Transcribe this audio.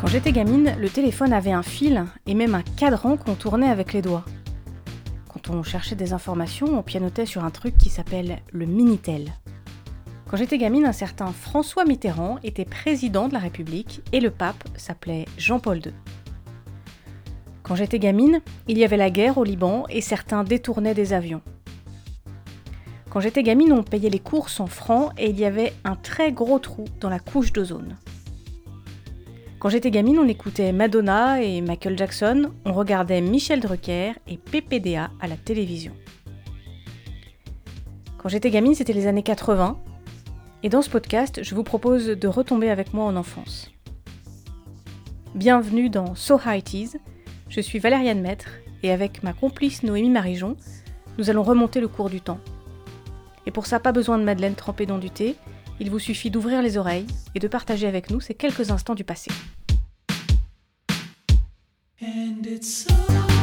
Quand j'étais gamine, le téléphone avait un fil et même un cadran qu'on tournait avec les doigts. Quand on cherchait des informations, on pianotait sur un truc qui s'appelle le Minitel. Quand j'étais gamine, un certain François Mitterrand était président de la République et le pape s'appelait Jean-Paul II. Quand j'étais gamine, il y avait la guerre au Liban et certains détournaient des avions. Quand j'étais gamine, on payait les courses en francs et il y avait un très gros trou dans la couche d'ozone. Quand j'étais gamine, on écoutait Madonna et Michael Jackson, on regardait Michel Drucker et PPDA à la télévision. Quand j'étais gamine, c'était les années 80, et dans ce podcast, je vous propose de retomber avec moi en enfance. Bienvenue dans So High Teas, je suis Valériane Maître, et avec ma complice Noémie Marijon, nous allons remonter le cours du temps. Et pour ça, pas besoin de madeleine trempée dans du thé, il vous suffit d'ouvrir les oreilles et de partager avec nous ces quelques instants du passé. And it's so